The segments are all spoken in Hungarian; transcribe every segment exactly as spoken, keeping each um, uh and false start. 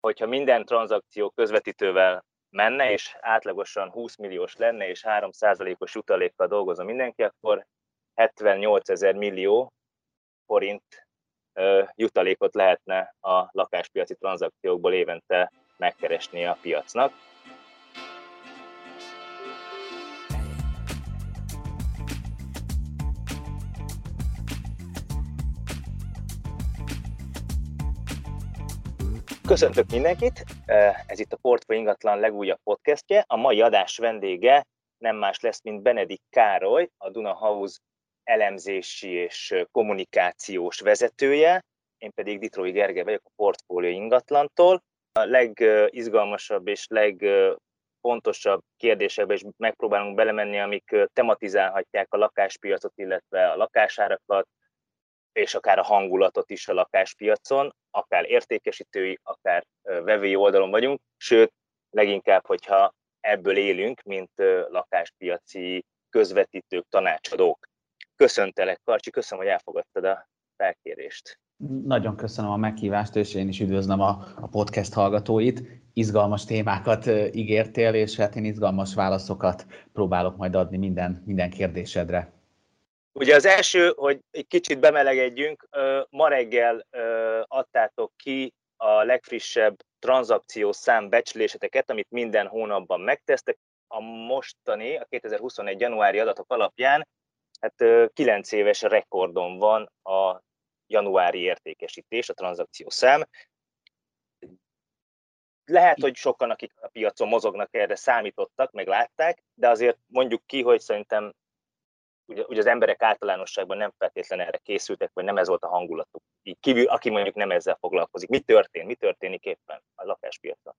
hogyha minden tranzakció közvetítővel menne, és átlagosan húsz milliós lenne, és három százalékos jutalékkal dolgozom mindenki, akkor hetvennyolcezer millió forint ö, jutalékot lehetne a lakáspiaci tranzakciókból évente megkeresni a piacnak. Köszöntök mindenkit! Ez itt a Portfólió ingatlan legújabb podcastje. A mai adás vendége nem más lesz, mint Benedikt Károly, a Duna House elemzési és kommunikációs vezetője. Én pedig Ditrói Gergely vagyok a Portfólió ingatlantól. A legizgalmasabb és legfontosabb kérdésekbe is megpróbálunk belemenni, amik tematizálhatják a lakáspiacot, illetve a lakásárakat, és akár a hangulatot is a lakáspiacon, akár értékesítői, akár vevői oldalon vagyunk, sőt, leginkább, hogyha ebből élünk, mint lakáspiaci közvetítők, tanácsadók. Köszöntelek, Karcsi, köszönöm, hogy elfogadtad a felkérést. Nagyon köszönöm a meghívást, és én is üdvözlöm a, a podcast hallgatóit. Izgalmas témákat ígértél, és hát én izgalmas válaszokat próbálok majd adni minden, minden kérdésedre. Ugye az első, hogy egy kicsit bemelegedjünk, ma reggel adtátok ki a legfrissebb tranzakciós szám becsléseteket, amit minden hónapban megtesztek. A mostani, a kétezer-huszonegy januári adatok alapján hát kilenc éves rekordon van a januári értékesítés, a tranzakciós szám. Lehet, hogy sokan, akik a piacon mozognak, erre számítottak, meg látták, de azért mondjuk ki, hogy szerintem Ugye, ugye az emberek általánosságban nem feltétlenül erre készültek, vagy nem ez volt a hangulatuk. Így kívül, aki mondjuk nem ezzel foglalkozik. Mi történt? Mi történik éppen a lakáspiacon?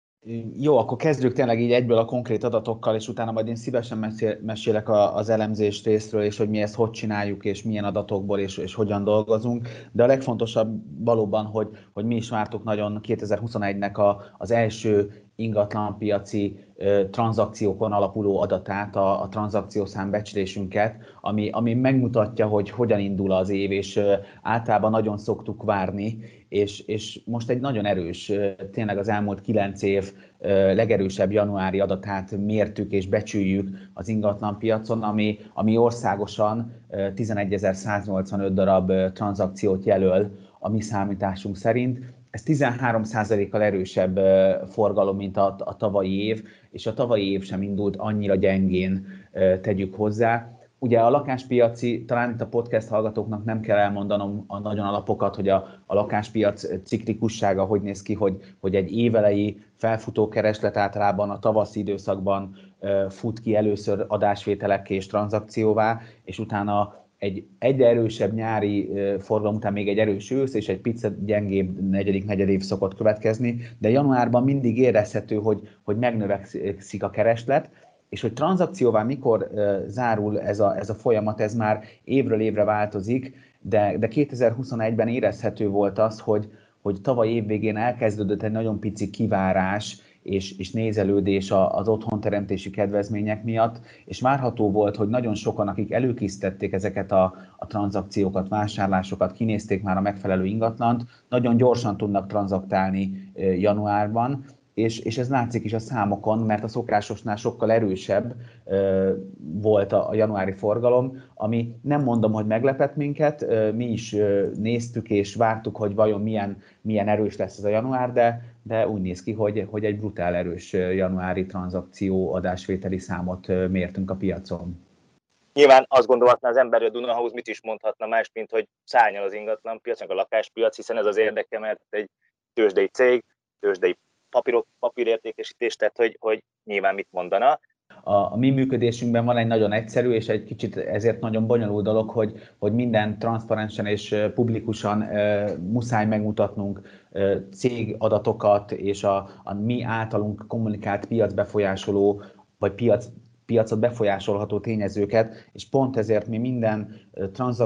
Jó, akkor kezdjük tényleg így egyből a konkrét adatokkal, és utána majd én szívesen mesél, mesélek a, az elemzés részről, és hogy mi ezt hogy csináljuk, és milyen adatokból, és, és hogyan dolgozunk. De a legfontosabb valóban, hogy, hogy mi is vártuk nagyon kétezer-huszonegynek a, az első ingatlanpiaci ö, tranzakciókon alapuló adatát, a, a tranzakciószám becslésünket, ami, ami megmutatja, hogy hogyan indul az év, és ö, általában nagyon szoktuk várni, és, és most egy nagyon erős, ö, tényleg az elmúlt kilenc év ö, legerősebb januári adatát mértük és becsüljük az ingatlanpiacon, ami, ami országosan ö, tizenegyezer-száznyolcvanöt darab ö, tranzakciót jelöl a mi számításunk szerint. Ez tizenhárom százalékkal erősebb forgalom, mint a, a tavalyi év, és a tavalyi év sem indult annyira gyengén, tegyük hozzá. Ugye a lakáspiaci, talán itt a podcast hallgatóknak nem kell elmondanom a nagyon alapokat, hogy a, a lakáspiac ciklikussága hogy néz ki, hogy, hogy egy évelei felfutó kereslet általában a tavaszi időszakban fut ki először adásvételekké és tranzakcióvá, és utána egy egyre erősebb nyári forgalom után még egy erős ősz és egy picit gyengébb negyedik negyedév szokott következni, de januárban mindig érezhető, hogy, hogy megnövekszik a kereslet, és hogy tranzakcióvá mikor zárul ez a, ez a folyamat, ez már évről évre változik, de, de kétezer-huszonegyben érezhető volt az, hogy, hogy tavaly évvégén elkezdődött egy nagyon pici kivárás, És, és nézelődés az otthonteremtési kedvezmények miatt, és várható volt, hogy nagyon sokan, akik előkészítették ezeket a, a tranzakciókat, vásárlásokat, kinézték már a megfelelő ingatlant, nagyon gyorsan tudnak tranzaktálni januárban, és, és ez látszik is a számokon, mert a szokásosnál sokkal erősebb uh, volt a, a januári forgalom, ami nem mondom, hogy meglepett minket, uh, mi is uh, néztük és vártuk, hogy vajon milyen, milyen erős lesz ez a január, de, de úgy néz ki, hogy, hogy egy brutál erős januári tranzakció adásvételi számot uh, mértünk a piacon. Nyilván azt gondolhatná az ember, hogy a Duna House mit is mondhatna más, mint hogy szárnyal az ingatlanpiac, meg a lakáspiac, hiszen ez az érdeke, mert egy tőzsdei cég, tőzsdei papírok, papírértékesítés, tehát hogy, hogy nyilván mit mondana. A, a mi működésünkben van egy nagyon egyszerű és egy kicsit ezért nagyon bonyolult dolog, hogy, hogy minden transzparensen és publikusan e, muszáj megmutatnunk e, cégadatokat és a, a mi általunk kommunikált piacbefolyásoló vagy piac piacot befolyásolható tényezőket, és pont ezért mi minden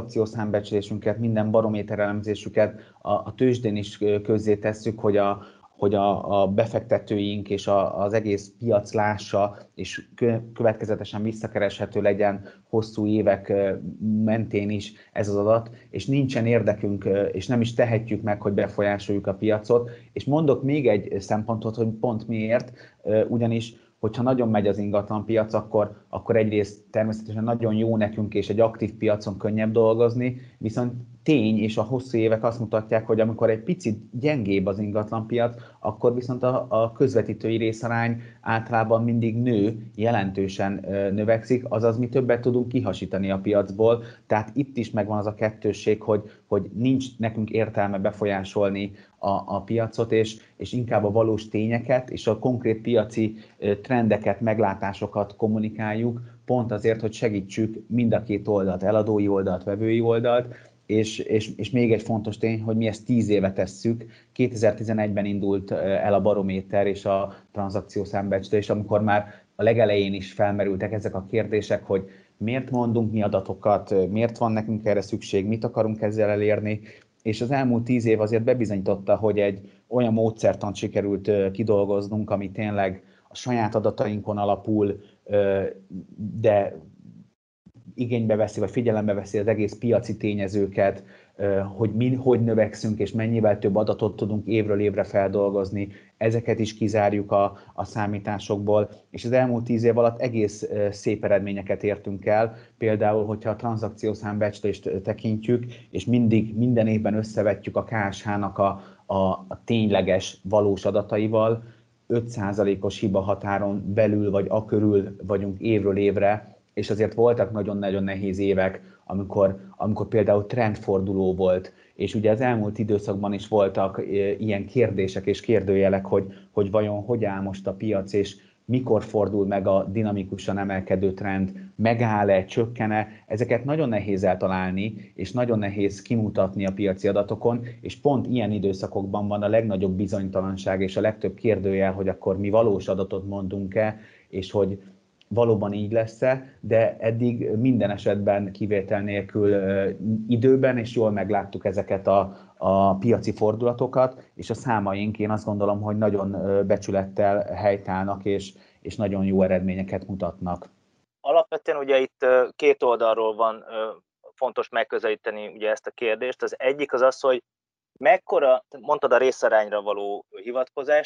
tranzakciószámbecslésünket, minden barométer elemzésüket a, a tőzsdén is közzétesszük, hogy a, hogy a, a befektetőink és a, az egész piac lássa, és következetesen visszakereshető legyen hosszú évek mentén is ez az adat, és nincsen érdekünk, és nem is tehetjük meg, hogy befolyásoljuk a piacot. És mondok még egy szempontot, hogy pont miért, ugyanis hogyha nagyon megy az ingatlanpiac, akkor, akkor egyrészt természetesen nagyon jó nekünk, és egy aktív piacon könnyebb dolgozni, viszont tény, és a hosszú évek azt mutatják, hogy amikor egy picit gyengébb az ingatlanpiac, akkor viszont a, a közvetítői részarány általában mindig nő, jelentősen növekszik, azaz mi többet tudunk kihasítani a piacból. Tehát itt is megvan az a kettősség, hogy, hogy nincs nekünk értelme befolyásolni a, a piacot, és, és inkább a valós tényeket és a konkrét piaci trendeket, meglátásokat kommunikáljuk, pont azért, hogy segítsük mind a két oldalt, eladói oldalt, vevői oldalt. És, és, és még egy fontos tény, hogy mi ezt tíz éve tesszük. kétezer-tizenegyben indult el a barométer és a tranzakciószámbecslés, amikor már a legelején is felmerültek ezek a kérdések, hogy miért mondunk mi adatokat, miért van nekünk erre szükség, mit akarunk ezzel elérni, és az elmúlt tíz év azért bebizonyította, hogy egy olyan módszertant sikerült kidolgoznunk, ami tényleg a saját adatainkon alapul, de igénybe veszi, vagy figyelembe veszi az egész piaci tényezőket, hogy mi, hogy növekszünk, és mennyivel több adatot tudunk évről évre feldolgozni. Ezeket is kizárjuk a, a számításokból, és az elmúlt tíz év alatt egész szép eredményeket értünk el. Például, hogyha a tranzakciószámbecslést tekintjük, és mindig, minden évben összevetjük a ká es há-nak a, a, a tényleges, valós adataival, öt százalékos hiba határon belül, vagy akörül vagyunk évről évre, és azért voltak nagyon-nagyon nehéz évek, amikor, amikor például trendforduló volt, és ugye az elmúlt időszakban is voltak ilyen kérdések és kérdőjelek, hogy, hogy vajon hogy áll most a piac, és mikor fordul meg a dinamikusan emelkedő trend, megáll-e, csökken-e, ezeket nagyon nehéz eltalálni, és nagyon nehéz kimutatni a piaci adatokon, és pont ilyen időszakokban van a legnagyobb bizonytalanság és a legtöbb kérdőjel, hogy akkor mi valós adatot mondunk-e, és hogy valóban így lesz-e, de eddig minden esetben kivétel nélkül időben, és jól megláttuk ezeket a, a piaci fordulatokat, és a számaink, én azt gondolom, hogy nagyon becsülettel helytállnak, és, és nagyon jó eredményeket mutatnak. Alapvetően ugye itt két oldalról van fontos megközelíteni ugye ezt a kérdést. Az egyik az az, hogy mekkora, mondtad a részarányra való hivatkozást,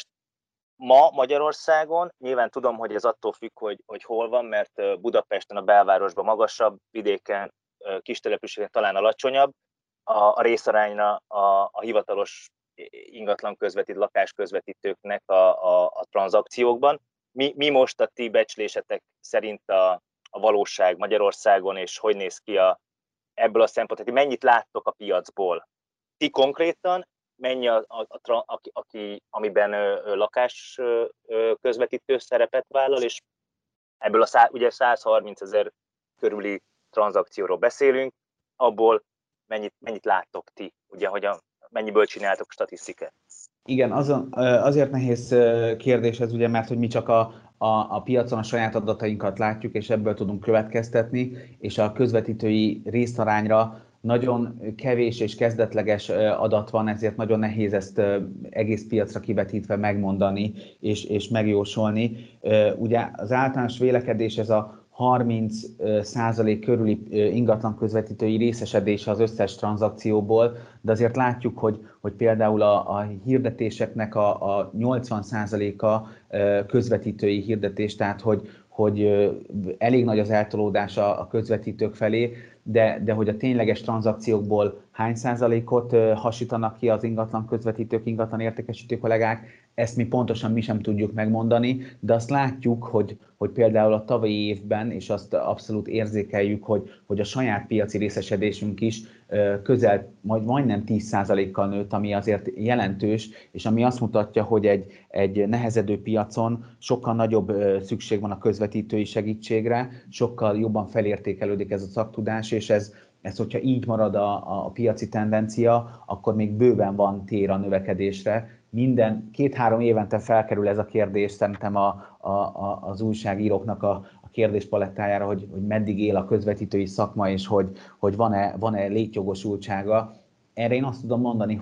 ma Magyarországon, nyilván tudom, hogy ez attól függ, hogy, hogy hol van, mert Budapesten, a belvárosban magasabb, vidéken, kistelepülségen talán alacsonyabb, a, a részarányra a, a hivatalos ingatlan közvetít, lakás közvetítőknek a, a, a tranzakciókban. Mi, mi most a ti becslésetek szerint a, a valóság Magyarországon, és hogy néz ki a, ebből a szempontból, hogy mennyit láttok a piacból? Ti konkrétan, mennyi a, a, a, a, aki, amiben ö, lakás ö, közvetítő szerepet vállal, és ebből a szá, ugye százharminc ezer körüli tranzakcióról beszélünk, abból mennyit, mennyit láttok ti, ugye, hogy a, mennyiből csináltok statisztikát? Igen, azon, azért nehéz kérdés ez, ugye, mert hogy mi csak a, a, a piacon a saját adatainkat látjuk, és ebből tudunk következtetni, és a közvetítői részarányra nagyon kevés és kezdetleges adat van, ezért nagyon nehéz ezt egész piacra kivetítve megmondani és, és megjósolni. Ugye az általános vélekedés ez a harminc százalék körüli ingatlan közvetítői részesedése az összes tranzakcióból, de azért látjuk, hogy, hogy például a, a hirdetéseknek a, a nyolcvan százaléka közvetítői hirdetés, tehát hogy, hogy elég nagy az eltolódás a közvetítők felé, de, de hogy a tényleges tranzakciókból hány százalékot hasítanak ki az ingatlan közvetítők, ingatlan értékesítő kollégák, ezt mi pontosan mi sem tudjuk megmondani, de azt látjuk, hogy, hogy például a tavalyi évben, és azt abszolút érzékeljük, hogy, hogy a saját piaci részesedésünk is közel, majd majdnem tíz százalékkal nőtt, ami azért jelentős, és ami azt mutatja, hogy egy, egy nehezedő piacon sokkal nagyobb szükség van a közvetítői segítségre, sokkal jobban felértékelődik ez a szaktudás, és ez, ez hogyha így marad a, a piaci tendencia, akkor még bőven van tér a növekedésre. Minden két-három évente felkerül ez a kérdés szerintem a, a, a, az újságíróknak a, a kérdéspalettájára, hogy, hogy meddig él a közvetítői szakma, és hogy, hogy van-e, van-e létjogosultsága. Erre én azt tudom mondani, hogy,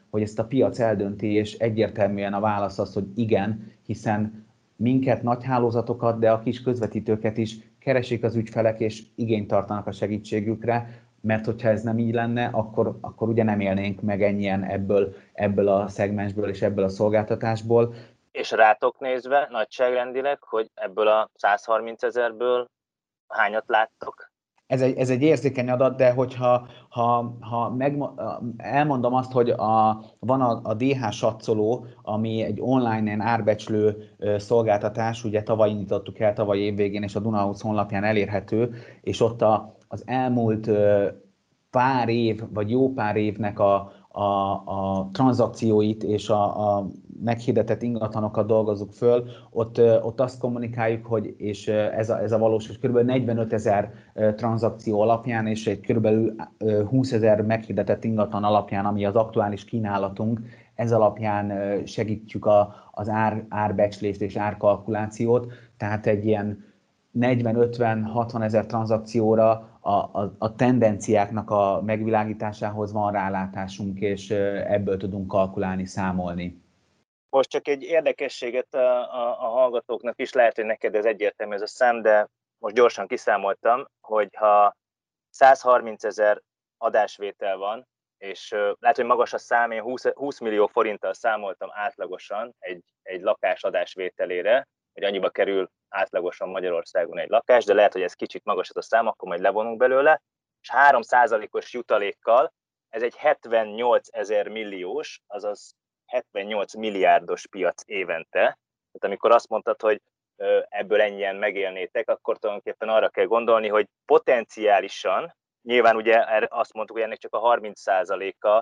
hogy ezt a piac eldönti, és egyértelműen a válasz az, hogy igen, hiszen minket, nagy hálózatokat, de a kis közvetítőket is keresik az ügyfelek, és igényt tartanak a segítségükre, mert hogyha ez nem így lenne, akkor, akkor ugye nem élnénk meg ennyien ebből, ebből a szegmensből és ebből a szolgáltatásból. És rátok nézve nagyságrendileg, hogy ebből a száz harminc ezerből hányat láttok? Ez egy, ez egy érzékeny adat, de hogyha ha, ha meg, elmondom azt, hogy a, van a, a dé há satszoló, ami egy online árbecslő szolgáltatás, ugye tavaly indítottuk el, tavaly évvégén, és a Dunahouse honlapján elérhető, és ott a, az elmúlt pár év, vagy jó pár évnek a, a, a tranzakcióit és a, a meghirdetett ingatlanokat dolgozzuk föl, ott, ott azt kommunikáljuk, hogy és ez a, ez a valós, hogy kb. negyvenöt ezer tranzakció alapján és egy kb. húsz ezer meghirdetett ingatlan alapján, ami az aktuális kínálatunk, ez alapján segítjük a, az ár, árbecslést és árkalkulációt, tehát egy ilyen negyven-ötven-hatvan ezer tranzakcióra a, a, a tendenciáknak a megvilágításához van rálátásunk, és ebből tudunk kalkulálni, számolni. Most csak egy érdekességet a, a, a hallgatóknak is, lehet, hogy neked ez egyértelmű ez a szám, de most gyorsan kiszámoltam, hogy ha száz harminc ezer adásvétel van, és uh, lehet, hogy magas a szám, én húsz, húsz millió forinttal számoltam átlagosan egy, egy lakás adásvételére, hogy annyiba kerül átlagosan Magyarországon egy lakás, de lehet, hogy ez kicsit magas ez a szám, akkor majd levonunk belőle, és három százalékos jutalékkal ez egy hetvennyolc ezer milliós, azaz hetvennyolc milliárdos piac évente. Tehát amikor azt mondtad, hogy ebből ennyien megélnétek, akkor tulajdonképpen arra kell gondolni, hogy potenciálisan, nyilván ugye azt mondtuk, hogy ennek csak a harminc százaléka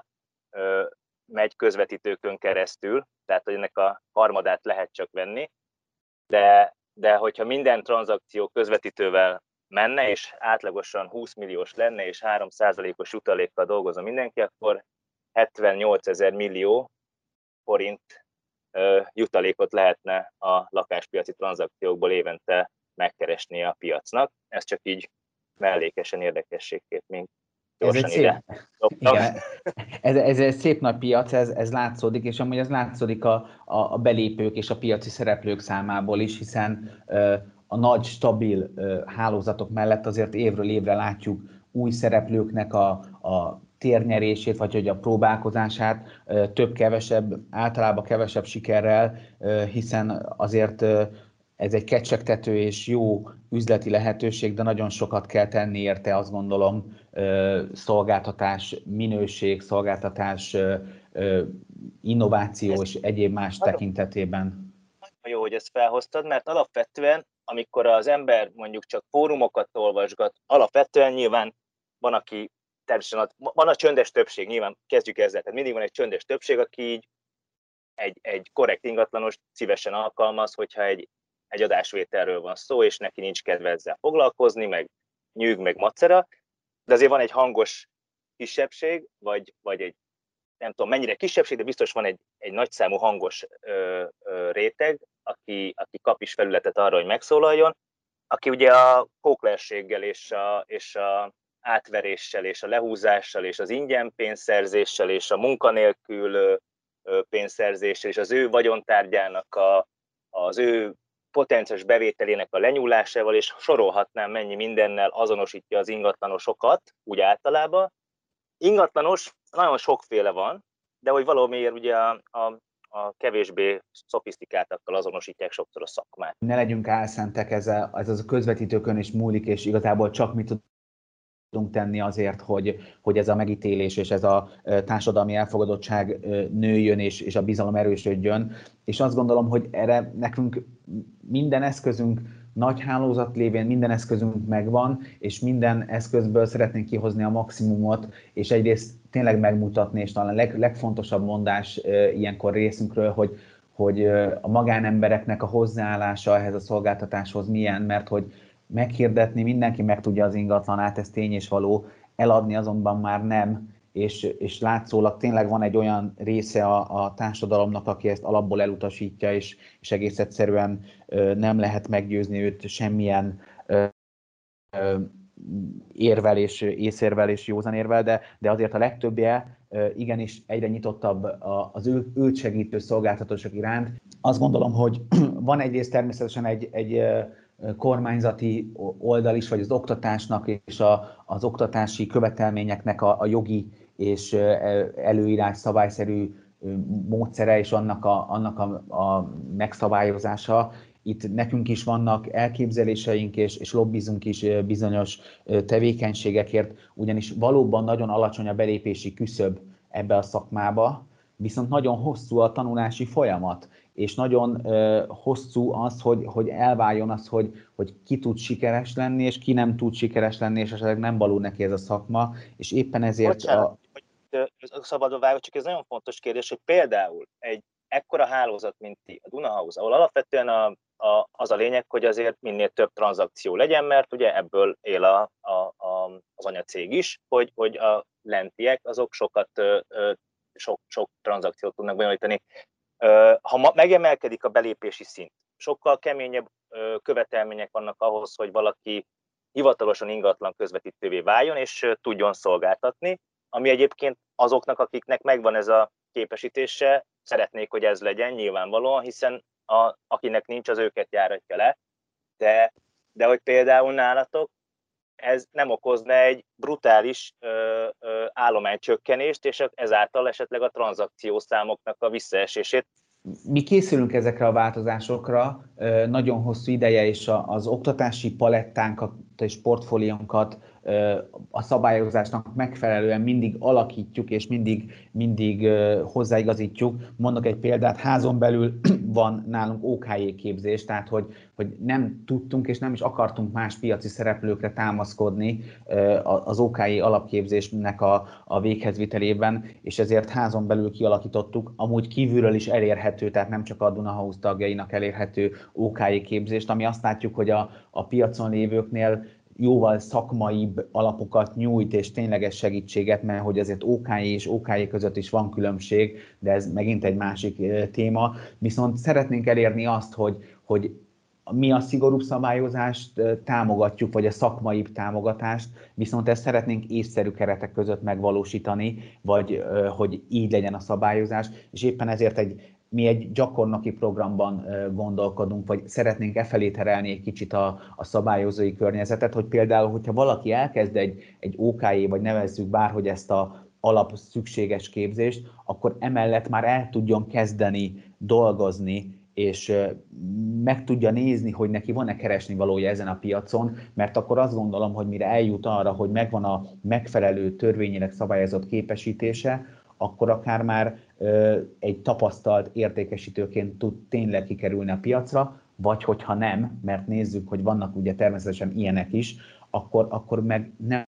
megy közvetítőkön keresztül, tehát hogy ennek a harmadát lehet csak venni, de, de hogyha minden tranzakció közvetítővel menne, és átlagosan húsz milliós lenne, és három százalékos jutalékkal dolgozom mindenki, akkor hetvennyolc ezer millió forint uh, jutalékot lehetne a lakáspiaci tranzakciókból évente megkeresni a piacnak. Ez csak így mellékesen érdekességként még gyorsan ez egy ide szép, igen, ez, ez egy szép nagy piac, ez, ez látszódik, és amúgy ez látszódik a, a, a belépők és a piaci szereplők számából is, hiszen uh, a nagy, stabil uh, hálózatok mellett azért évről évre látjuk új szereplőknek a, a térnyerését, vagy hogy a próbálkozását több-kevesebb, általában kevesebb sikerrel, hiszen azért ez egy kecsegtető és jó üzleti lehetőség, de nagyon sokat kell tenni érte, azt gondolom, szolgáltatás minőség, szolgáltatás innováció és egyéb más tekintetében. Jó, hogy ezt felhoztad, mert alapvetően, amikor az ember mondjuk csak fórumokat olvasgat, alapvetően nyilván van, aki természetesen van a csöndes többség, nyilván kezdjük ezzel, tehát mindig van egy csöndes többség, aki így egy, egy korrekt ingatlanost szívesen alkalmaz, hogyha egy, egy adásvételről van szó, és neki nincs kedve ezzel foglalkozni, meg nyűg, meg macera, de azért van egy hangos kisebbség, vagy, vagy egy, nem tudom mennyire kisebbség, de biztos van egy, egy nagyszámú hangos ö, ö, réteg, aki, aki kap is felületet arra, hogy megszólaljon, aki ugye a kóklerséggel és a, és a átveréssel, és a lehúzással, és az ingyen pénzszerzéssel, és a munkanélkül pénzszerzéssel, és az ő vagyontárgyának, a, az ő potenciális bevételének a lenyúlásával, és sorolhatnám mennyi mindennel azonosítja az ingatlanosokat, úgy általában. Ingatlanos nagyon sokféle van, de hogy valamiért ugye a, a, a kevésbé szofisztikáltakkal azonosítják sokszor a szakmát. Ne legyünk álszentek, ez, a, ez az a közvetítőkön is múlik, és igazából csak mi tudunk tenni azért, hogy, hogy ez a megítélés és ez a társadalmi elfogadottság nőjön és, és a bizalom erősödjön. És azt gondolom, hogy erre nekünk minden eszközünk, nagy hálózat lévén minden eszközünk megvan, és minden eszközből szeretnénk kihozni a maximumot, és egyrészt tényleg megmutatni, és talán a leg, legfontosabb mondás ilyenkor részünkről, hogy, hogy a magánembereknek a hozzáállása ehhez a szolgáltatáshoz milyen, mert hogy meghirdetni mindenki meg tudja az ingatlanát, ez tény és való, eladni azonban már nem, és, és látszólag tényleg van egy olyan része a, a társadalomnak, aki ezt alapból elutasítja, és, és egész egyszerűen ö, nem lehet meggyőzni őt semmilyen ö, ö, érvel és észérvel és józan érvel, de, de azért a legtöbbje igenis egyre nyitottabb az ő, őt segítő szolgáltatások iránt. Azt gondolom, hogy van egyrészt természetesen egy, egy kormányzati oldal is, vagy az oktatásnak és a, az oktatási követelményeknek a, a jogi és előírás szabályszerű módszere és annak a, annak a, a megszabályozása. Itt nekünk is vannak elképzeléseink, és, és lobbizunk is bizonyos tevékenységekért, ugyanis valóban nagyon alacsony a belépési küszöb ebbe a szakmába, viszont nagyon hosszú a tanulási folyamat, és nagyon uh, hosszú az, hogy, hogy elváljon az, hogy, hogy ki tud sikeres lenni, és ki nem tud sikeres lenni, és esetleg nem való neki ez a szakma, és éppen ezért... Bocsánat, a... hogy szabadon vágok, csak ez nagyon fontos kérdés, hogy például egy ekkora hálózat, mint ti, a Duna House, ahol alapvetően a, a, az a lényeg, hogy azért minél több tranzakció legyen, mert ugye ebből él a, a, a, az anyacég is, hogy, hogy a lentiek azok sokat, sok, sok tranzakciót tudnak bonyolítani. Ha ma megemelkedik a belépési szint, sokkal keményebb követelmények vannak ahhoz, hogy valaki hivatalosan ingatlan közvetítővé váljon, és tudjon szolgáltatni, ami egyébként azoknak, akiknek megvan ez a képesítése, szeretnék, hogy ez legyen nyilvánvalóan, hiszen a, akinek nincs, az őket járatja le, de, de hogy például nálatok ez nem okozna egy brutális ö, ö, állománycsökkenést, és ezáltal esetleg a tranzakciószámoknak a visszaesését. Mi készülünk ezekre a változásokra, nagyon hosszú ideje, és az oktatási palettánkat és portfóliónkat a szabályozásnak megfelelően mindig alakítjuk, és mindig, mindig hozzáigazítjuk. Mondok egy példát, házon belül van nálunk ó ká jé képzés, tehát hogy, hogy nem tudtunk és nem is akartunk más piaci szereplőkre támaszkodni az ó ká jé alapképzésnek a, a véghezvitelében, és ezért házon belül kialakítottuk, amúgy kívülről is elérhető, tehát nem csak a Duna House tagjainak elérhető ó ká jé képzést, ami azt látjuk, hogy a, a piacon lévőknél jóval szakmaibb alapokat nyújt, és tényleges segítséget, mert hogy azért ó ká jé és ó ká jé között is van különbség, de ez megint egy másik téma. Viszont szeretnénk elérni azt, hogy, hogy mi a szigorúbb szabályozást támogatjuk, vagy a szakmaibb támogatást, viszont ezt szeretnénk észszerű keretek között megvalósítani, vagy hogy így legyen a szabályozás, és éppen ezért egy mi egy gyakornoki programban gondolkodunk, vagy szeretnénk e felé terelni egy kicsit a, a szabályozói környezetet, hogy például, hogyha valaki elkezd egy, egy ó ká jé, vagy nevezzük bárhogy ezt a alap szükséges képzést, akkor emellett már el tudjon kezdeni dolgozni, és meg tudja nézni, hogy neki van-e keresni valója ezen a piacon, mert akkor azt gondolom, hogy mire eljut arra, hogy megvan a megfelelő törvényileg szabályozott képesítése, akkor akár már ö, egy tapasztalt értékesítőként tud tényleg kikerülni a piacra, vagy hogyha nem, mert nézzük, hogy vannak ugye természetesen ilyenek is, akkor, akkor meg nem,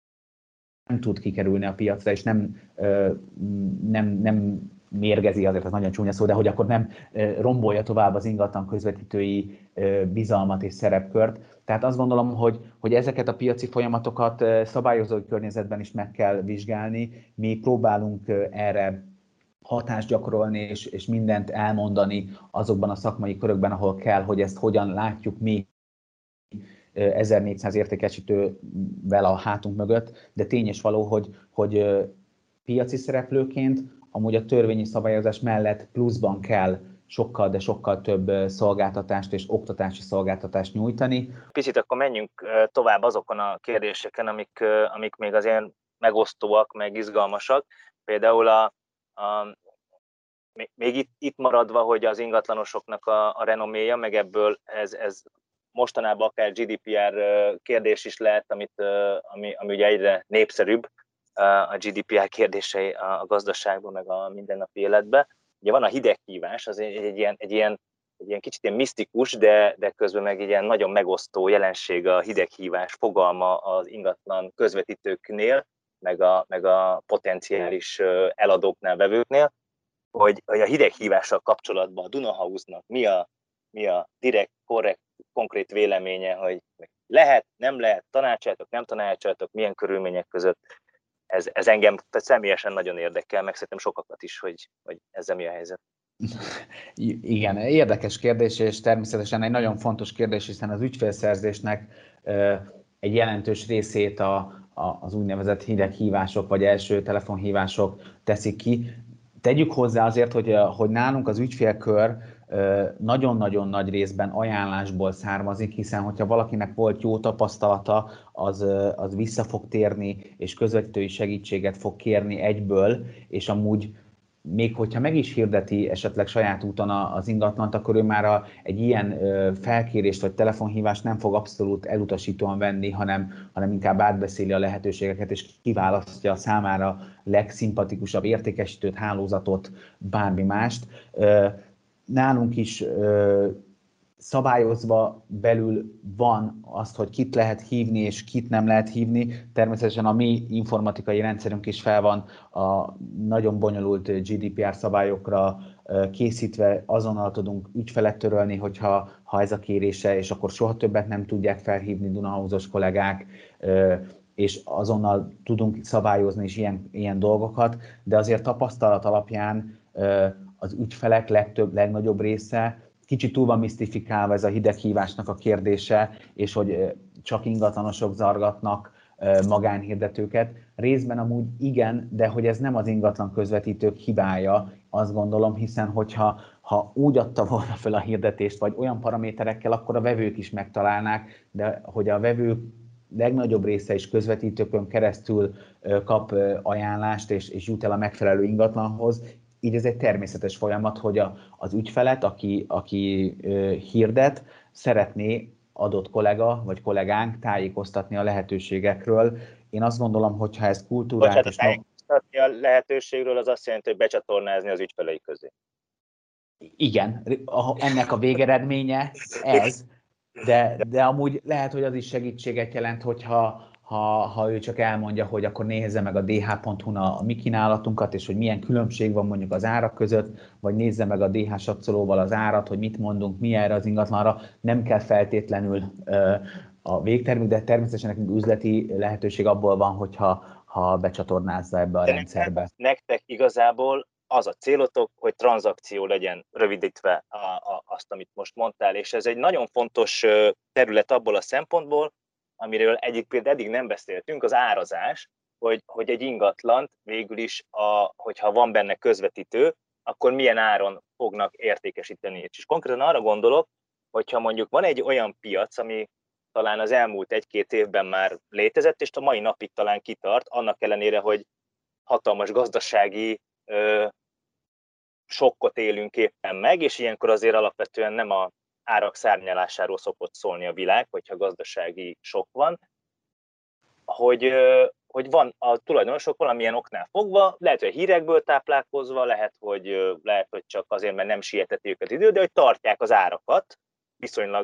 nem tud kikerülni a piacra, és nem, ö, nem, nem mérgezi, azért ez nagyon csúnya szó, de hogy akkor nem ö, rombolja tovább az ingatlan közvetítői ö, bizalmat és szerepkört. Tehát azt gondolom, hogy, hogy ezeket a piaci folyamatokat szabályozói környezetben is meg kell vizsgálni. Mi próbálunk erre hatást gyakorolni, és, és mindent elmondani azokban a szakmai körökben, ahol kell, hogy ezt hogyan látjuk mi ezernégyszáz értékesítővel a hátunk mögött, de tény és való, hogy, hogy piaci szereplőként amúgy a törvényi szabályozás mellett pluszban kell sokkal, de sokkal több szolgáltatást és oktatási szolgáltatást nyújtani. Picit akkor menjünk tovább azokon a kérdéseken, amik, amik még azért megosztóak, meg izgalmasak. Például a, a, még itt, itt maradva, hogy az ingatlanosoknak a, a renoméja, meg ebből ez, ez mostanában akár gé dé pé er kérdés is lehet, amit, ami, ami ugye egyre népszerűbb, a gé dé pé er kérdései a gazdaságban, meg a mindennapi életben. Ugye van a hideghívás, az egy, egy, ilyen, egy, ilyen, egy ilyen kicsit ilyen misztikus, de, de közben meg egy ilyen nagyon megosztó jelenség a hideghívás fogalma az ingatlan közvetítőknél, meg a, meg a potenciális eladóknál, vevőknél, hogy, hogy a hideghívással kapcsolatban a Duna House-nak mi a, mi a direkt, korrekt, konkrét véleménye, hogy lehet, nem lehet, tanácsoljátok, nem tanácsoljátok, milyen körülmények között. Ez, ez engem személyesen nagyon érdekel, meg szerintem sokakat is, hogy, hogy ezzel mi a helyzet. Igen, érdekes kérdés, és természetesen egy nagyon fontos kérdés, hiszen az ügyfélszerzésnek egy jelentős részét a, az úgynevezett hideghívások vagy első telefonhívások teszik ki. Tegyük hozzá azért, hogy, hogy nálunk az ügyfélkör nagyon-nagyon nagy részben ajánlásból származik, hiszen hogyha valakinek volt jó tapasztalata, az, az vissza fog térni, és közvetítői segítséget fog kérni egyből, és amúgy még hogyha meg is hirdeti esetleg saját úton az ingatlant, akkor ő már a, egy ilyen felkérést vagy telefonhívást nem fog abszolút elutasítóan venni, hanem, hanem inkább átbeszéli a lehetőségeket, és kiválasztja a számára legszimpatikusabb értékesítőt, hálózatot, bármi mást. Nálunk is szabályozva belül van azt, hogy kit lehet hívni és kit nem lehet hívni. Természetesen a mi informatikai rendszerünk is fel van a nagyon bonyolult gé dé pé er szabályokra készítve, azonnal tudunk ügyfelet törölni, hogyha ha ez a kérése, és akkor soha többet nem tudják felhívni Dunahouse-os kollégák, és azonnal tudunk szabályozni is ilyen, ilyen dolgokat, de azért tapasztalat alapján az ügyfelek legtöbb, legnagyobb része kicsit túl van misztifikálva ez a hideghívásnak a kérdése, és hogy csak ingatlanosok zargatnak magánhirdetőket. Részben amúgy igen, de hogy ez nem az ingatlan közvetítők hibája, azt gondolom, hiszen hogyha ha úgy adta volna fel a hirdetést, vagy olyan paraméterekkel, akkor a vevők is megtalálnák, de hogy a vevők legnagyobb része is közvetítőkön keresztül kap ajánlást, és, és jut el a megfelelő ingatlanhoz. Így ez egy természetes folyamat, hogy a, az ügyfelet, aki, aki ö, hirdet, szeretné adott kollega vagy kollégánk tájékoztatni a lehetőségekről. Én azt gondolom, hogy ha ez kultúrát... Bocsánat, és a tájékoztatni a lehetőségről az azt jelenti, hogy becsatornázni az ügyfelei közé. Igen, ennek a végeredménye ez, de, de amúgy lehet, hogy az is segítséget jelent, hogyha ha, ha ő csak elmondja, hogy akkor nézze meg a dé há pont hu-n a, a mi kínálatunkat, és hogy milyen különbség van mondjuk az árak között, vagy nézze meg a dé há satszolóval az árat, hogy mit mondunk, mi erre az ingatlanra. Nem kell feltétlenül uh, a végtermük, de természetesen nekünk üzleti lehetőség abból van, hogyha ha becsatornázza ebbe a de rendszerbe. Nektek, nektek igazából az a célotok, hogy tranzakció legyen, rövidítve a, a, azt, amit most mondtál, és ez egy nagyon fontos terület abból a szempontból, amiről egyik például eddig nem beszéltünk, az árazás, hogy, hogy egy ingatlant végül is, a, hogyha van benne közvetítő, akkor milyen áron fognak értékesíteni. És konkrétan arra gondolok, hogyha mondjuk van egy olyan piac, ami talán az elmúlt egy-két évben már létezett, és a mai napig talán kitart, annak ellenére, hogy hatalmas gazdasági ö, sokkot élünk éppen meg, és ilyenkor azért alapvetően nem a árak szárnyalásáról szokott szólni a világ, hogyha gazdasági sok van, hogy, ö, hogy van a tulajdonosok valamilyen oknál fogva, lehet, hogy hírekből táplálkozva, lehet, hogy, ö, lehet, hogy csak azért, mert nem sieteti őket idő, de hogy tartják az árakat viszonylag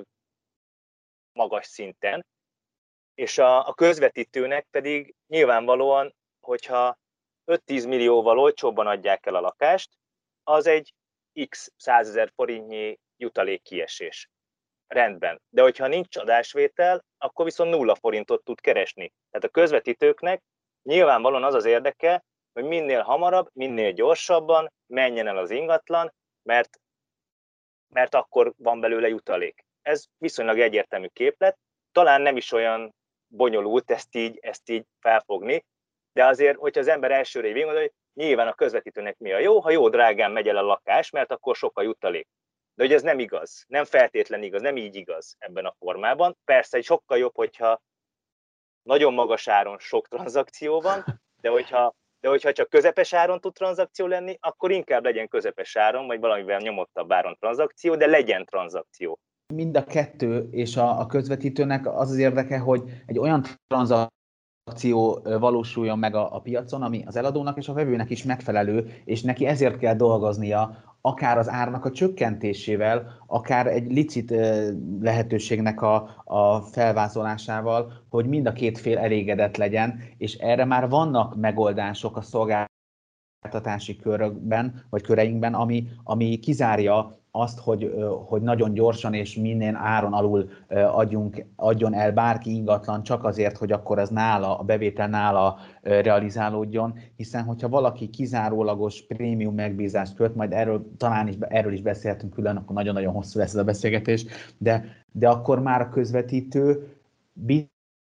magas szinten, és a, a közvetítőnek pedig nyilvánvalóan, hogyha öt-tíz millióval olcsóbban adják el a lakást, az egy x százezer forintnyi jutalékkiesés. Rendben. De hogyha nincs adásvétel, akkor viszont nulla forintot tud keresni. Tehát a közvetítőknek nyilvánvalóan az az érdeke, hogy minél hamarabb, minél gyorsabban menjen el az ingatlan, mert, mert akkor van belőle jutalék. Ez viszonylag egyértelmű képlet, talán nem is olyan bonyolult ezt így, ezt így felfogni, de azért, hogyha az ember elsőre végig gondolja, hogy nyilván a közvetítőnek mi a jó, ha jó drágán megy el a lakás, mert akkor sok a jutalék. De hogy ez nem igaz, nem feltétlen igaz, nem így igaz ebben a formában. Persze, egy sokkal jobb, hogyha nagyon magas áron sok tranzakció van, de hogyha, de hogyha csak közepes áron tud tranzakció lenni, akkor inkább legyen közepes áron, vagy valamivel nyomottabb áron tranzakció, de legyen tranzakció. Mind a kettő, és a, a közvetítőnek az az érdeke, hogy egy olyan tranzakció valósuljon meg a, a piacon, ami az eladónak és a vevőnek is megfelelő, és neki ezért kell dolgoznia, akár az árnak a csökkentésével, akár egy licit lehetőségnek a, a felvázolásával, hogy mind a két fél elégedett legyen, és erre már vannak megoldások a szolgáltatási körökben, vagy köreinkben, ami, ami kizárja azt, hogy, hogy nagyon gyorsan és minden áron alul adjunk, adjon el bárki ingatlan csak azért, hogy akkor ez nála, a bevétel nála realizálódjon, hiszen hogyha valaki kizárólagos prémium megbízást köt, majd erről talán is, erről is beszélhetünk külön, akkor nagyon-nagyon hosszú lesz ez a beszélgetés, de, de akkor már a közvetítő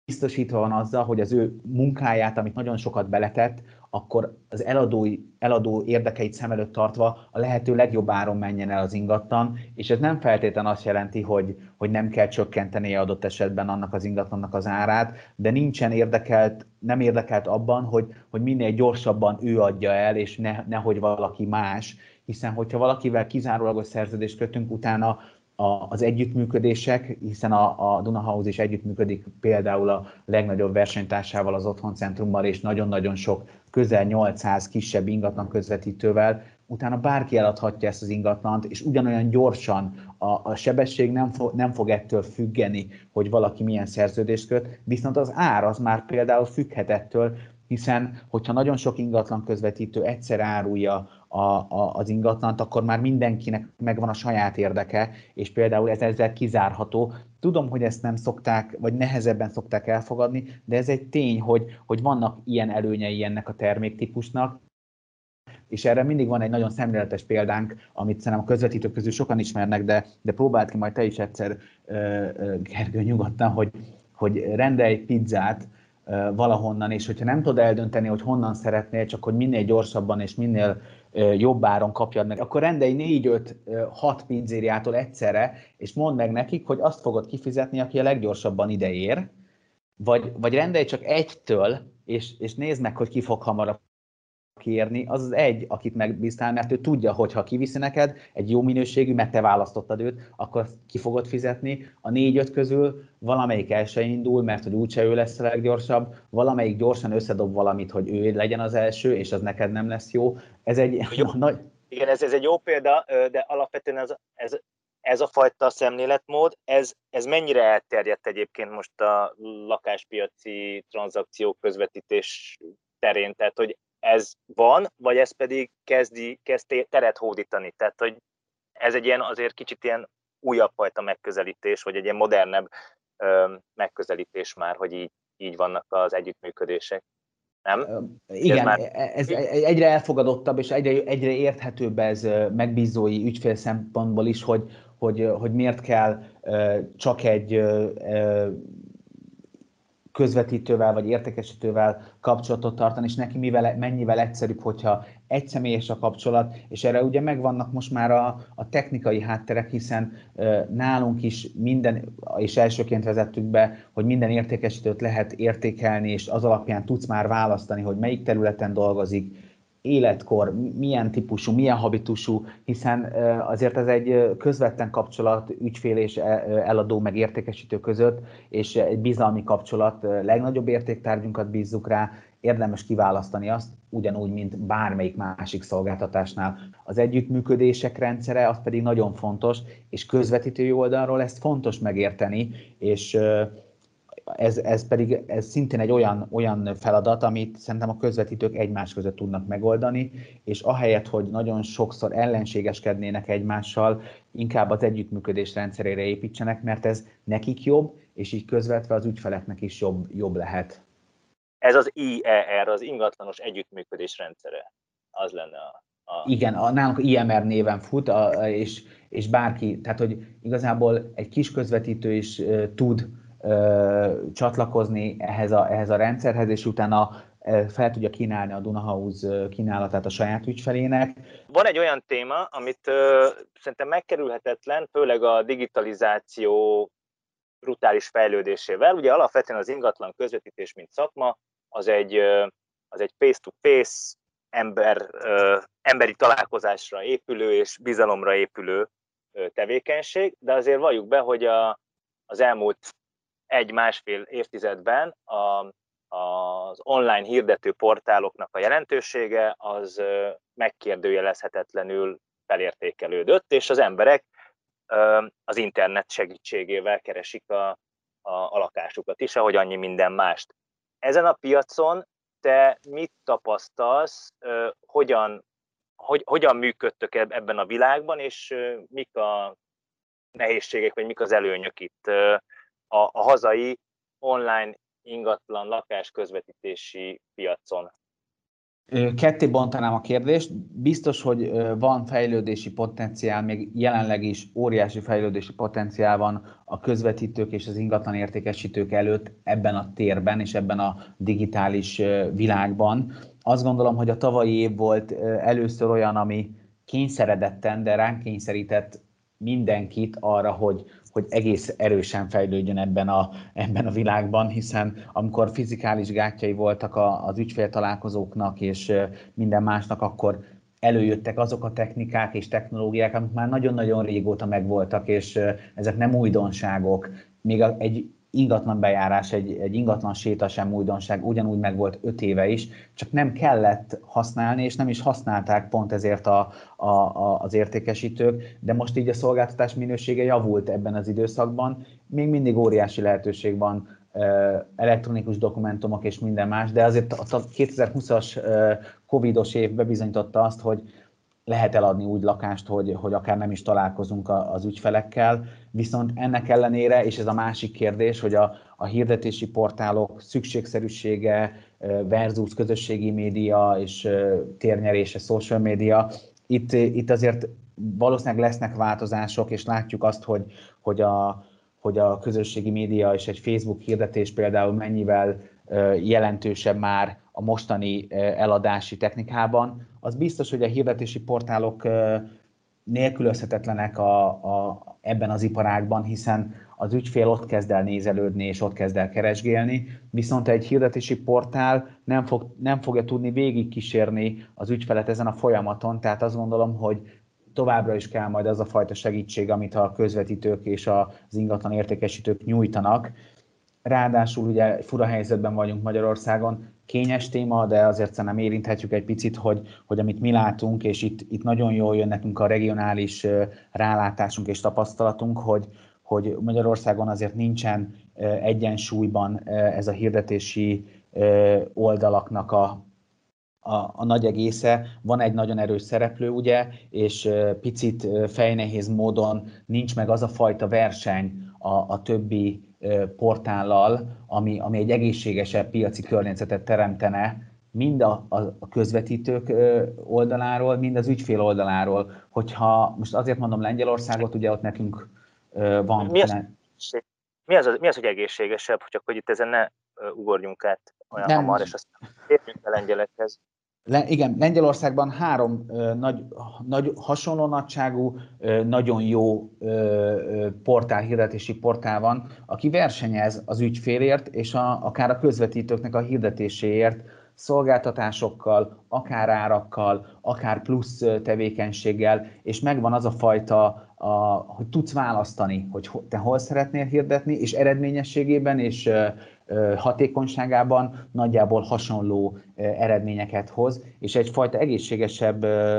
biztosítva van azzal, hogy az ő munkáját, amit nagyon sokat beletett, akkor az eladói, eladó érdekeit szem előtt tartva a lehető legjobb áron menjen el az ingatlan, és ez nem feltétlenül azt jelenti, hogy, hogy nem kell csökkenteni adott esetben annak az ingatlannak az árát, de nincsen érdekelt, nem érdekelt abban, hogy, hogy minél gyorsabban ő adja el, és ne, nehogy valaki más, hiszen hogyha valakivel kizárólagos szerződést kötünk, utána az együttműködések, hiszen a, a Duna House is együttműködik például a legnagyobb versenytársával, az Otthoncentrummal, és nagyon-nagyon sok, közel nyolcszáz kisebb ingatlan közvetítővel, utána bárki eladhatja ezt az ingatlant, és ugyanolyan gyorsan a, a sebesség nem fog, nem fog ettől függeni, hogy valaki milyen szerződést köt, viszont az ár az már például függhet ettől, hiszen hogyha nagyon sok ingatlan közvetítő egyszer árulja a, a, az ingatlant, akkor már mindenkinek megvan a saját érdeke, és például ez ezzel kizárható. Tudom, hogy ezt nem szokták, vagy nehezebben szokták elfogadni, de ez egy tény, hogy, hogy vannak ilyen előnyei ennek a terméktípusnak, és erre mindig van egy nagyon szemléletes példánk, amit szerintem a közvetítők közül sokan ismernek, de, de próbáld ki majd te is egyszer, Gergő, nyugodtan, hogy, hogy rendelj egy pizzát valahonnan, és hogyha nem tudod eldönteni, hogy honnan szeretnél, csak hogy minél gyorsabban és minél jobb áron kapjad meg, akkor rendelj négy, öt, hat pizzériától egyszerre, és mondd meg nekik, hogy azt fogod kifizetni, aki a leggyorsabban ideér, vagy, vagy rendelj csak egytől, és, és nézd meg, hogy ki fog hamarabb kérni, az az egy, akit megbíztál, mert ő tudja, hogy ha kiviszi neked egy jó minőségű, mert te választottad őt, akkor ki fogod fizetni. A négy-öt közül valamelyik el se indul, mert hogy úgyse ő lesz a leggyorsabb, valamelyik gyorsan összedob valamit, hogy ő legyen az első, és az neked nem lesz jó. Ez egy jó, nagy... Igen, ez, ez egy jó példa, de alapvetően ez, ez, ez a fajta szemléletmód, ez, ez mennyire elterjedt egyébként most a lakáspiaci tranzakciók közvetítés terén, tehát hogy ez van, vagy ez pedig kezdi, kezd teret hódítani, tehát hogy ez egy ilyen azért kicsit ilyen újabb fajta megközelítés, vagy egy ilyen modernebb ö, megközelítés már, hogy így, így vannak az együttműködések. Nem? Igen, Ez már... ez egyre elfogadottabb, és egyre, egyre érthetőbb ez megbízói ügyfél szempontból is, hogy, hogy, hogy miért kell csak egy közvetítővel vagy értékesítővel kapcsolatot tartani, és neki mivel, mennyivel egyszerűbb, hogyha egy személyes a kapcsolat, és erre ugye megvannak most már a, a technikai hátterek, hiszen e, nálunk is minden, és elsőként vezettük be, hogy minden értékesítőt lehet értékelni, és az alapján tudsz már választani, hogy melyik területen dolgozik, életkor, milyen típusú, milyen habitusú, hiszen azért ez egy közvetlen kapcsolat ügyfél és eladó meg értékesítő között, és egy bizalmi kapcsolat, legnagyobb értéktárgyunkat bízzuk rá, érdemes kiválasztani azt, ugyanúgy, mint bármelyik másik szolgáltatásnál. Az együttműködések rendszere az pedig nagyon fontos, és közvetítői oldalról ezt fontos megérteni, és Ez, ez pedig ez szintén egy olyan, olyan feladat, amit szerintem a közvetítők egymás között tudnak megoldani, és ahelyett, hogy nagyon sokszor ellenségeskednének egymással, inkább az együttműködés rendszerére építsenek, mert ez nekik jobb, és így közvetve az ügyfeleknek is jobb, jobb lehet. Ez az I E R, az ingatlanos együttműködés rendszere. Az lenne a... a... Igen, a, nálunk I M R néven fut, a, és, és bárki, tehát hogy igazából egy kis közvetítő is uh, tud uh, csatlakozni ehhez a, ehhez a rendszerhez, és utána uh, fel tudja kínálni a Duna House kínálatát a saját ügyfelének. Van egy olyan téma, amit uh, szerintem megkerülhetetlen, főleg a digitalizáció brutális fejlődésével. Ugye alapvetően az ingatlan közvetítés, mint szakma, az egy, uh, az egy face-to-face, ember, uh, emberi találkozásra épülő és bizalomra épülő uh, tevékenység, de azért valljuk be, hogy a, az elmúlt egy-másfél évtizedben a, az online hirdető portáloknak a jelentősége az uh, megkérdőjelezhetetlenül felértékelődött, és az emberek uh, az internet segítségével keresik a, a, a lakásukat is, ahogy annyi minden mást. Ezen a piacon te mit tapasztalsz, hogyan, hogy, hogyan működtök ebben a világban, és mik a nehézségek, vagy mik az előnyök itt a, a hazai online ingatlan lakás közvetítési piacon? Ketté bontanám a kérdést. Biztos, hogy van fejlődési potenciál, még jelenleg is óriási fejlődési potenciál van a közvetítők és az ingatlan értékesítők előtt ebben a térben és ebben a digitális világban. Azt gondolom, hogy a tavalyi év volt először olyan, ami kényszeredetten, de ránk kényszerített mindenkit arra, hogy, hogy egész erősen fejlődjön ebben a, ebben a világban, hiszen amikor fizikális gátjai voltak a, az ügyféltalálkozóknak és minden másnak, akkor előjöttek azok a technikák és technológiák, amik már nagyon-nagyon régóta megvoltak, és ezek nem újdonságok. Még egy ingatlan bejárás, egy, egy ingatlan séta sem újdonság, ugyanúgy megvolt öt éve is, csak nem kellett használni, és nem is használták pont ezért a, a, a, az értékesítők, de most így a szolgáltatás minősége javult ebben az időszakban. Még mindig óriási lehetőség van, elektronikus dokumentumok és minden más, de azért a kétezer-húszas covidos év bebizonyította azt, hogy lehet eladni úgy lakást, hogy, hogy akár nem is találkozunk az ügyfelekkel, viszont ennek ellenére, és ez a másik kérdés, hogy a, a hirdetési portálok szükségszerűsége versus közösségi média és térnyerése, social média, itt, itt azért valószínűleg lesznek változások, és látjuk azt, hogy, hogy, a, hogy a közösségi média és egy Facebook hirdetés például mennyivel jelentősebb már a mostani eladási technikában. Az biztos, hogy a hirdetési portálok nélkülözhetetlenek a, a, ebben az iparágban, hiszen az ügyfél ott kezd el nézelődni, és ott kezd el keresgélni, viszont egy hirdetési portál nem, fog, nem fogja tudni végigkísérni az ügyfelet ezen a folyamaton, tehát azt gondolom, hogy továbbra is kell majd az a fajta segítség, amit a közvetítők és az ingatlan értékesítők nyújtanak. Ráadásul ugye fura helyzetben vagyunk Magyarországon, kényes téma, de azért szerintem érinthetjük egy picit, hogy, hogy amit mi látunk, és itt, itt nagyon jól jön nekünk a regionális rálátásunk és tapasztalatunk, hogy, hogy Magyarországon azért nincsen egyensúlyban ez a hirdetési oldalaknak a, a, a nagy egésze. Van egy nagyon erős szereplő, ugye, és picit fejnehéz módon nincs meg az a fajta verseny a, a többi portállal, ami, ami egy egészségesebb piaci környezetet teremtene, mind a, a közvetítők oldaláról, mind az ügyfél oldaláról. Hogyha most azért mondom Lengyelországot, ugye ott nekünk van... Mi az, mi az, mi az hogy egészségesebb, csak hogy itt ezen ne ugorjunk át olyan nem. hamar, és aztán érjünk a lengyelekhez. Le, igen, Lengyelországban három ö, nagy, nagy, hasonló nagyságú, ö, nagyon jó ö, portál, hirdetési portál van, aki versenyez az ügyfélért, és a, akár a közvetítőknek a hirdetéséért, szolgáltatásokkal, akár árakkal, akár plusz tevékenységgel, és megvan az a fajta, a, hogy tudsz választani, hogy te hol szeretnél hirdetni, és eredményességében és hatékonyságában nagyjából hasonló eredményeket hoz, és egyfajta egészségesebb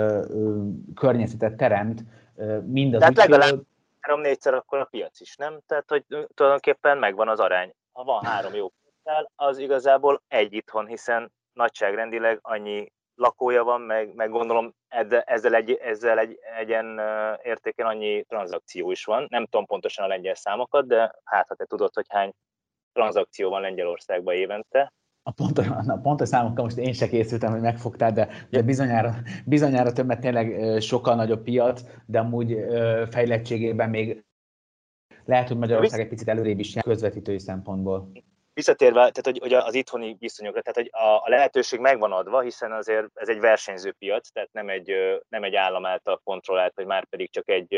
környezetet teremt mind az Tehát ügyfél... legalább három-négyszer akkor a piac is, nem? Tehát, hogy tulajdonképpen megvan az arány. Ha van három jó portál, az igazából egy itthon, hiszen nagyságrendileg annyi lakója van, meg, meg gondolom ezzel egy, ezzel egy egyen értéken annyi tranzakció is van. Nem tudom pontosan a lengyel számokat, de hát ha te tudod, hogy hány tranzakció van Lengyelországban évente. A pontos, a pontos számokkal most én se készültem, hogy megfogtál, de, de bizonyára, bizonyára több, mert tényleg sokkal nagyobb piac, de amúgy fejlettségében még lehet, hogy Magyarország egy picit előrébb is jár közvetítői szempontból. Visszatérve, tehát hogy, hogy az itthoni viszonyokra, tehát hogy a, a lehetőség megvan adva, hiszen azért ez egy versenyző piac, tehát nem egy, nem egy állam által kontrollált, vagy már pedig csak egy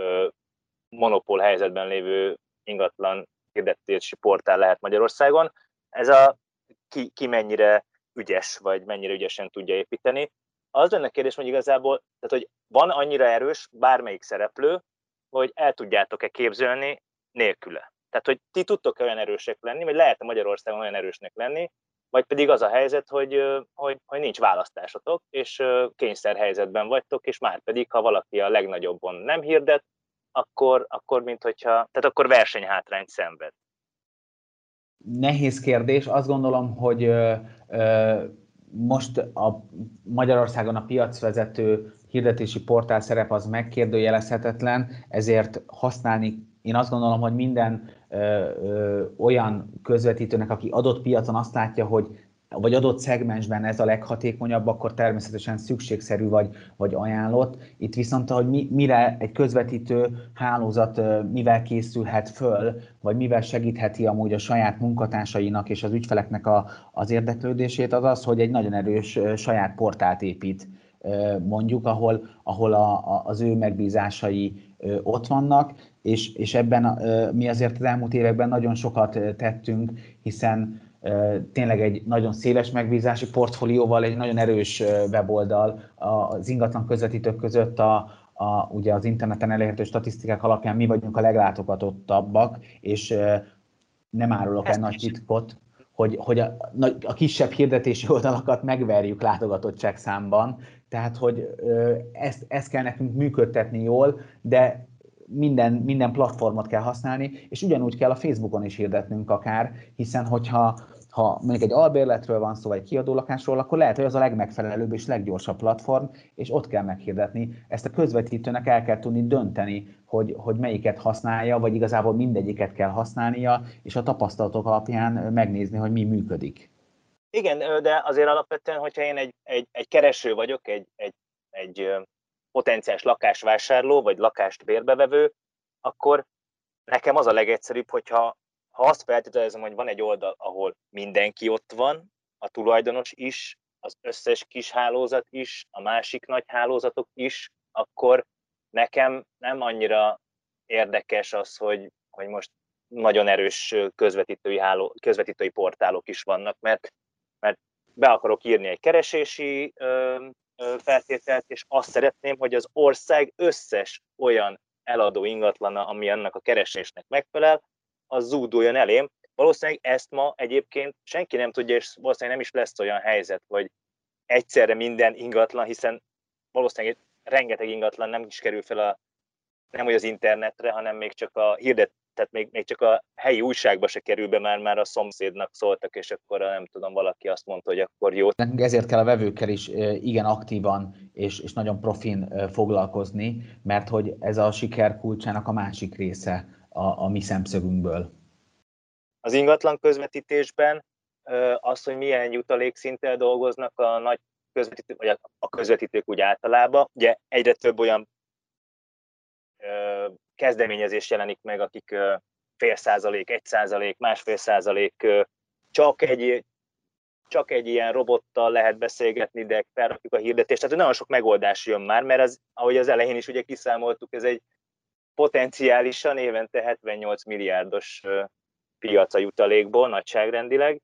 monopól helyzetben lévő ingatlan hirdetési portál lehet Magyarországon. Ez a ki, ki mennyire ügyes, vagy mennyire ügyesen tudja építeni. Az lenne kérdés, hogy igazából, tehát hogy van annyira erős bármelyik szereplő, hogy el tudjátok-e képzelni nélküle. Tehát, hogy ti tudtok-e olyan erősek lenni, vagy lehet-e Magyarországon olyan erősnek lenni, vagy pedig az a helyzet, hogy, hogy, hogy nincs választásotok, és kényszerhelyzetben vagytok, és már pedig, ha valaki a legnagyobbon nem hirdet, akkor, akkor mint hogyha, tehát akkor versenyhátrányt szenved. Nehéz kérdés. Azt gondolom, hogy ö, ö, most a Magyarországon a piacvezető hirdetési portál szerep az megkérdőjelezhetetlen, ezért használni, én azt gondolom, hogy minden ö, ö, olyan közvetítőnek, aki adott piacon azt látja, hogy vagy adott szegmensben ez a leghatékonyabb, akkor természetesen szükségszerű vagy, vagy ajánlott. Itt viszont, hogy mi, mire egy közvetítő hálózat mivel készülhet föl, vagy mivel segítheti amúgy a saját munkatársainak és az ügyfeleknek a, az érdeklődését, az az, hogy egy nagyon erős saját portált épít, mondjuk, ahol, ahol a, a, az ő megbízásai ott vannak, és, és ebben mi azért az elmúlt években nagyon sokat tettünk, hiszen tényleg egy nagyon széles megbízási portfólióval, egy nagyon erős weboldal az ingatlan közvetítők között a, a, ugye az interneten elérhető statisztikák alapján mi vagyunk a leglátogatottabbak, és nem árulok el nagy titkot, hogy, hogy a, a kisebb hirdetési oldalakat megverjük látogatottság számban, tehát hogy ezt, ezt kell nekünk működtetni jól, de minden, minden platformot kell használni, és ugyanúgy kell a Facebookon is hirdetnünk akár, hiszen hogyha ha mondjuk egy albérletről van szó, vagy kiadólakásról, akkor lehet, hogy az a legmegfelelőbb és leggyorsabb platform, és ott kell meghirdetni. Ezt a közvetítőnek el kell tudni dönteni, hogy, hogy melyiket használja, vagy igazából mindegyiket kell használnia, és a tapasztalatok alapján megnézni, hogy mi működik. Igen, de azért alapvetően, hogyha én egy, egy, egy kereső vagyok, egy, egy, egy potenciális lakásvásárló, vagy lakást bérbevevő, akkor nekem az a legegyszerűbb, hogyha ha azt feltételezem, hogy van egy oldal, ahol mindenki ott van, a tulajdonos is, az összes kis hálózat is, a másik nagy hálózatok is, akkor nekem nem annyira érdekes az, hogy, hogy most nagyon erős közvetítői, háló, közvetítői portálok is vannak, mert, mert be akarok írni egy keresési ö, ö, feltételt, és azt szeretném, hogy az ország összes olyan eladó ingatlana, ami annak a keresésnek megfelel, az zúduljon elém. Valószínűleg ezt ma egyébként senki nem tudja, és valószínűleg nem is lesz olyan helyzet, hogy egyszerre minden ingatlan, hiszen valószínűleg rengeteg ingatlan nem is kerül fel a, nem hogy az internetre, hanem még csak a hirdet, tehát még, még csak a helyi újságba se kerül be, már, már a szomszédnak szóltak, és akkor nem tudom, valaki azt mondta, hogy akkor jó. Ezért kell a vevőkkel is igen aktívan és, és nagyon profin foglalkozni, mert hogy ez a siker kulcsának a másik része a, a mi szemszögünkből. Az ingatlan közvetítésben az, hogy milyen jutalékszinttel dolgoznak a nagy közvetítők, vagy a közvetítők úgy általában, ugye egyre több olyan kezdeményezés jelenik meg, akik fél százalék, egy százalék, másfél százalék, csak egy, csak egy ilyen robottal lehet beszélgetni, de felrakjuk a hirdetést. Tehát nagyon sok megoldás jön már, mert az, ahogy az elején is ugye kiszámoltuk, ez egy potenciálisan évente hetvennyolc milliárdos piac a jutalékból, nagyságrendileg.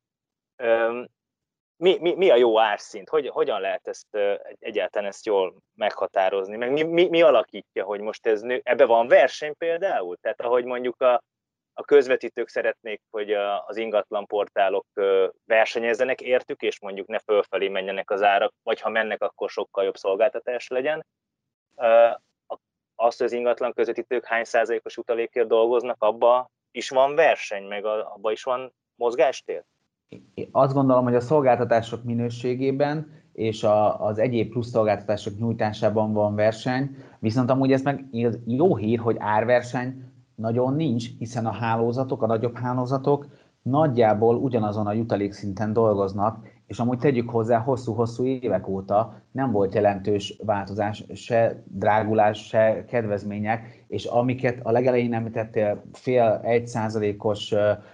Mi, mi, mi a jó árszint? Hogy, hogyan lehet ezt egyáltalán ezt jól meghatározni? Meg mi, mi, mi alakítja, hogy most ez nő? Ebbe van verseny például? Tehát ahogy mondjuk a, a közvetítők szeretnék, hogy a, az ingatlan portálok versenyezzenek értük, és mondjuk ne fölfelé menjenek az árak, vagy ha mennek, akkor sokkal jobb szolgáltatás legyen. Azt, hogy az ingatlan közvetítők hány százalékos utalékért dolgoznak, abba is van verseny, meg abba is van mozgástér? Én azt gondolom, hogy a szolgáltatások minőségében és a, az egyéb plusz szolgáltatások nyújtásában van verseny, viszont amúgy ez meg jó hír, hogy árverseny nagyon nincs, hiszen a hálózatok, a nagyobb hálózatok nagyjából ugyanazon a jutalékszinten dolgoznak, és amúgy tegyük hozzá, hosszú-hosszú évek óta nem volt jelentős változás, se drágulás, se kedvezmények, és amiket a legelején említettél, fél egy százalékos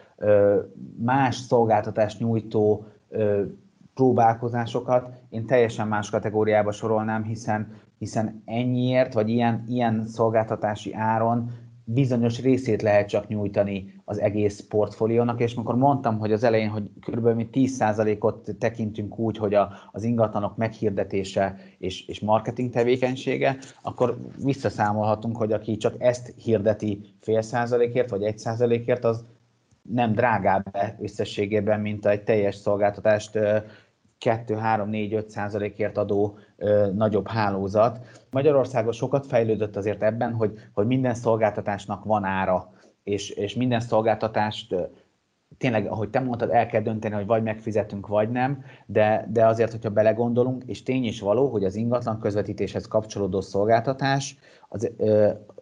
más szolgáltatást nyújtó próbálkozásokat én teljesen más kategóriába sorolnám, hiszen, hiszen ennyiért, vagy ilyen, ilyen szolgáltatási áron bizonyos részét lehet csak nyújtani az egész portfóliónak, és amikor mondtam, hogy az elején, hogy kb. tíz százalékot tekintünk úgy, hogy a, az ingatlanok meghirdetése és, és marketing tevékenysége, akkor visszaszámolhatunk, hogy aki csak ezt hirdeti fél százalékért, vagy egy százalékért, az nem drágább összességében, mint egy teljes szolgáltatást kettő, három, négy, öt százalékért adó ö, nagyobb hálózat. Magyarországon sokat fejlődött azért ebben, hogy, hogy minden szolgáltatásnak van ára, és, és minden szolgáltatást ö, tényleg, ahogy te mondtad, el kell dönteni, hogy vagy megfizetünk, vagy nem, de, de azért, hogyha belegondolunk, és tény is való, hogy az ingatlan közvetítéshez kapcsolódó szolgáltatás az, ö,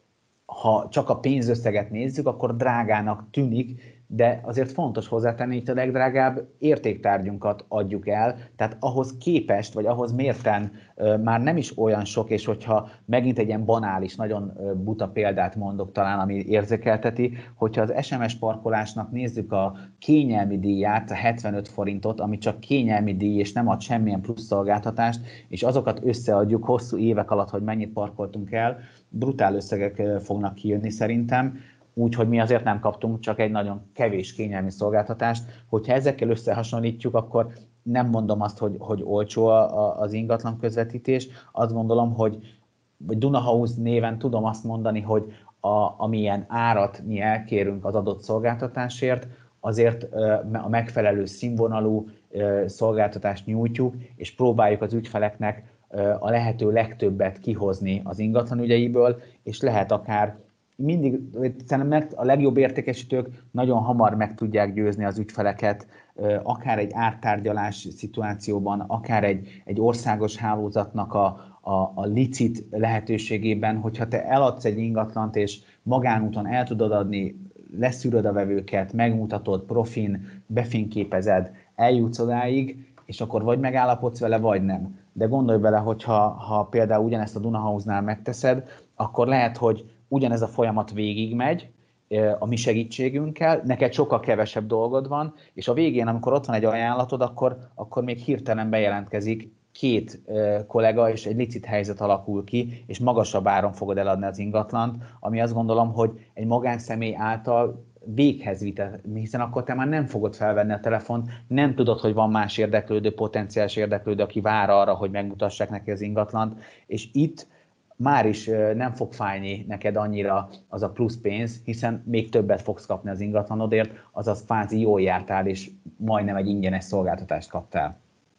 ha csak a pénzösszeget nézzük, akkor drágának tűnik, de azért fontos hozzátenni, hogy a legdrágább értéktárgyunkat adjuk el, tehát ahhoz képest, vagy ahhoz mérten már nem is olyan sok, és hogyha megint egy ilyen banális, nagyon buta példát mondok talán, ami érzékelteti, hogyha az es em es parkolásnak nézzük a kényelmi díját, a hetvenöt forintot, ami csak kényelmi díj, és nem ad semmilyen plusz szolgáltatást, és azokat összeadjuk hosszú évek alatt, hogy mennyit parkoltunk el, brutál összegek fognak kijönni szerintem, úgyhogy mi azért nem kaptunk csak egy nagyon kevés kényelmi szolgáltatást. Hogyha ezekkel összehasonlítjuk, akkor nem mondom azt, hogy, hogy olcsó az ingatlan közvetítés. Azt gondolom, hogy Dunahouse néven tudom azt mondani, hogy a, amilyen árat mi elkérünk az adott szolgáltatásért, azért a megfelelő színvonalú szolgáltatást nyújtjuk, és próbáljuk az ügyfeleknek a lehető legtöbbet kihozni az ingatlan ügyeiből, és lehet akár mindig, szerintem a legjobb értékesítők nagyon hamar meg tudják győzni az ügyfeleket, akár egy ártárgyalás szituációban, akár egy, egy országos hálózatnak a, a, a licit lehetőségében, hogyha te eladsz egy ingatlant, és magánúton el tudod adni, leszűröd a vevőket, megmutatod, profin, befényképezed, eljutsz odáig, és akkor vagy megállapodsz vele, vagy nem. De gondolj bele, hogyha ha például ugyanezt a Dunahouse-nál megteszed, akkor lehet, hogy ugyanez a folyamat végigmegy a mi segítségünkkel, neked sokkal kevesebb dolgod van, és a végén, amikor ott van egy ajánlatod, akkor, akkor még hirtelen bejelentkezik két kollega, és egy licit helyzet alakul ki, és magasabb áron fogod eladni az ingatlant, ami azt gondolom, hogy egy magánszemély által véghez vite, hiszen akkor te már nem fogod felvenni a telefont, nem tudod, hogy van más érdeklődő, potenciális érdeklődő, aki vár arra, hogy megmutassák neki az ingatlant, és itt már is nem fog fájni neked annyira az a plusz pénz, hiszen még többet fogsz kapni az ingatlanodért, azaz kvázi jól jártál, és majdnem egy ingyenes szolgáltatást kaptál.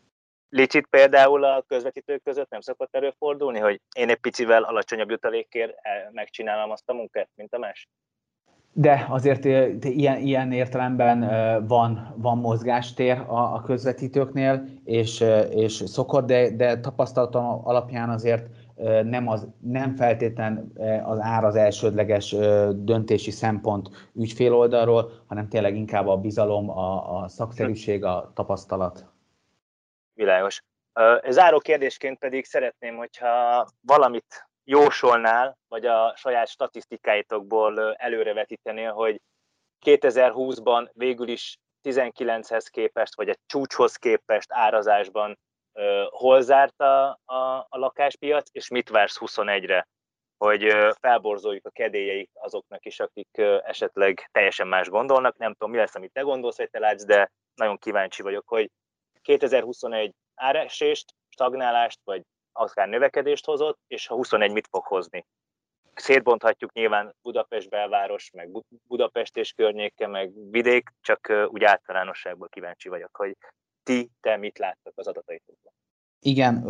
Licit például a közvetítők között nem szokott előfordulni, hogy én egy picivel alacsonyabb jutalékért megcsinálom azt a munkát, mint a más? De azért ilyen, ilyen értelemben van, van mozgástér a, a közvetítőknél, és, és szokott, de, de tapasztalatom alapján azért nem, az, nem feltétlen az ár az elsődleges döntési szempont ügyfél oldalról, hanem tényleg inkább a bizalom, a, a szakszerűség, a tapasztalat. Világos. Záró kérdésként pedig szeretném, hogyha valamit jósolnál, vagy a saját statisztikáitokból előrevetítenél, hogy kétezer-húszban végül is tizenkilenchez képest, vagy a csúcshoz képest árazásban uh, hol zárt a, a, a lakáspiac, és mit vársz huszonegyre, hogy uh, felborzoljuk a kedélyeik azoknak is, akik uh, esetleg teljesen más gondolnak. Nem tudom, mi lesz, amit te gondolsz, vagy te látsz, de nagyon kíváncsi vagyok, hogy kétezer-huszonegy áresést, stagnálást, vagy akár növekedést hozott, és ha huszonegy mit fog hozni. Szétbonthatjuk nyilván Budapest belváros, meg Budapest és környéke, meg vidék, csak úgy általánosságból kíváncsi vagyok, hogy ti, te mit láttak az adataitok. Igen,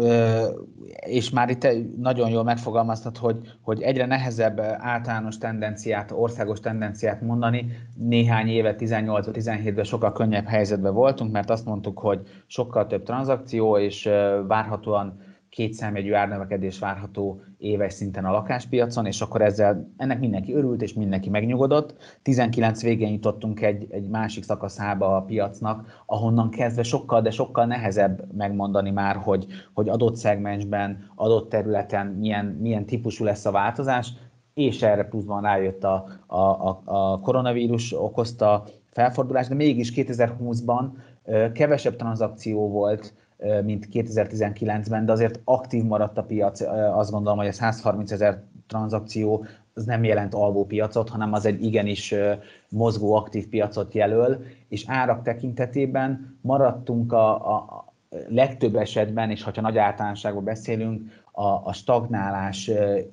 és már itt nagyon jól megfogalmaztad, hogy, hogy egyre nehezebb általános tendenciát, országos tendenciát mondani. Néhány éve, tizennyolcban, tizenhétben sokkal könnyebb helyzetben voltunk, mert azt mondtuk, hogy sokkal több tranzakció, és várhatóan kétszámjegyű árnövekedés várható éves szinten a lakáspiacon, és akkor ezzel ennek mindenki örült, és mindenki megnyugodott. tizenkilenc végén jutottunk egy, egy másik szakaszába a piacnak, ahonnan kezdve sokkal, de sokkal nehezebb megmondani már, hogy, hogy adott szegmensben, adott területen milyen, milyen típusú lesz a változás, és erre pluszban rájött a, a, a, a koronavírus okozta felfordulás, de mégis kétezer-húszban kevesebb tranzakció volt, mint kétezer-tizenkilencben, de azért aktív maradt a piac. Azt gondolom, hogy a százharmincezer tranzakció az nem jelent alvó piacot, hanem az egy igenis mozgó, aktív piacot jelöl, és árak tekintetében maradtunk a, a legtöbb esetben, és ha nagy általánosságban beszélünk, a, a stagnálás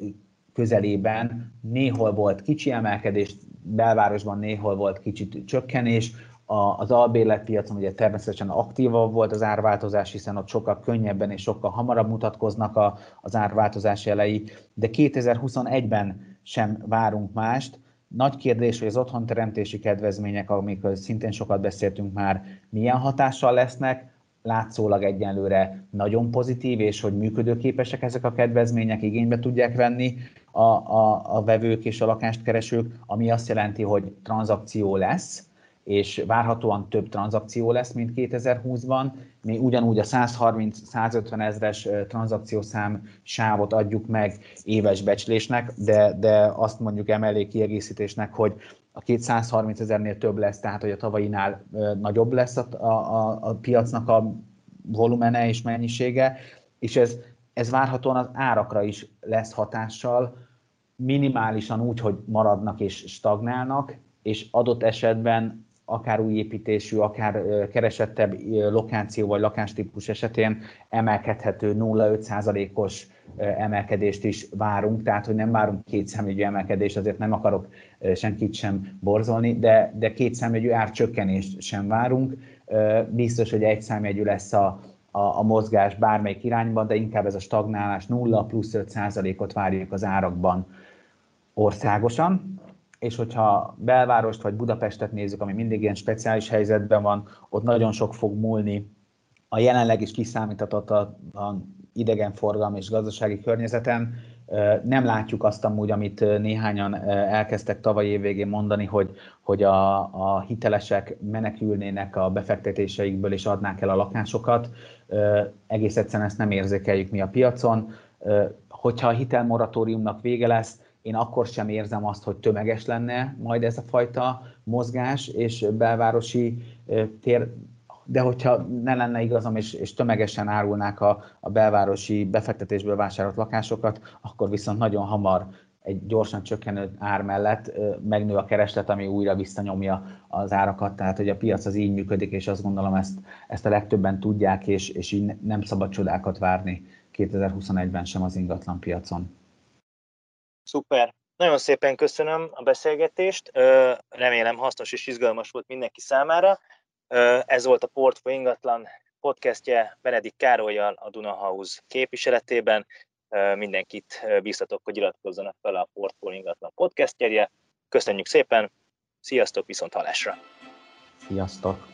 közelében. Néhol volt kicsi emelkedés, belvárosban néhol volt kicsit csökkenés, az albérletpiacon ugye természetesen aktívabb volt az árváltozás, hiszen ott sokkal könnyebben és sokkal hamarabb mutatkoznak a, az árváltozás jelei, de kétezer-huszonegyben sem várunk mást. Nagy kérdés, hogy az otthonteremtési kedvezmények, amikről szintén sokat beszéltünk már, milyen hatással lesznek, látszólag egyenlőre nagyon pozitív, és hogy működőképesek ezek a kedvezmények, igénybe tudják venni a, a, a vevők és a lakást keresők, ami azt jelenti, hogy tranzakció lesz, és várhatóan több tranzakció lesz, mint kétezer-húszban. Mi ugyanúgy a száz harminc-száz ötven ezres tranzakciószám sávot adjuk meg éves becslésnek, de, de azt mondjuk emellé kiegészítésnek, hogy a kétszázharminc ezernél több lesz, tehát hogy a tavainál nagyobb lesz a, a, a piacnak a volumene és mennyisége, és ez, ez várhatóan az árakra is lesz hatással, minimálisan úgy, hogy maradnak és stagnálnak, és adott esetben akár új építésű, akár keresettebb lokáció vagy lakástípus esetén emelkedhető nulla egész öt százalékos emelkedést is várunk, tehát hogy nem várunk kétszámjegyű emelkedést, azért nem akarok senkit sem borzolni, de, de kétszámjegyű árcsökkenést sem várunk. Biztos, hogy egyszámjegyű lesz a, a, a mozgás bármelyik irányban, de inkább ez a stagnálás nulla plusz öt százalékot várjuk az árakban országosan. És hogyha belvárost vagy Budapestet nézzük, ami mindig ilyen speciális helyzetben van, ott nagyon sok fog múlni a jelenleg is kiszámíthatatlan idegenforgalmi és gazdasági környezeten. Nem látjuk azt amúgy, amit néhányan elkezdtek tavaly év végén mondani, hogy, hogy a, a hitelesek menekülnének a befektetéseikből és adnák el a lakásokat. Egész egyszerűen ezt nem érzékeljük mi a piacon. Hogyha a hitelmoratóriumnak vége lesz, én akkor sem érzem azt, hogy tömeges lenne majd ez a fajta mozgás és belvárosi tér, de hogyha ne lenne igazam, és, és tömegesen árulnák a, a belvárosi befektetésből vásárolt lakásokat, akkor viszont nagyon hamar egy gyorsan csökkenő ár mellett megnő a kereslet, ami újra visszanyomja az árakat. Tehát, hogy a piac az így működik, és azt gondolom, ezt, ezt a legtöbben tudják, és, és így nem szabad csodákat várni kétezer-huszonegyben sem az ingatlan piacon. Szuper. Nagyon szépen köszönöm a beszélgetést. Remélem hasznos és izgalmas volt mindenki számára. Ez volt a Portfó ingatlan podcastje Benedikt Károllyal, a Duna House képviseletében. Mindenkit bíztatok, hogy iratkozzanak fel a Portfó ingatlan podcastjerje. Köszönjük szépen, sziasztok, viszont hallásra! Sziasztok!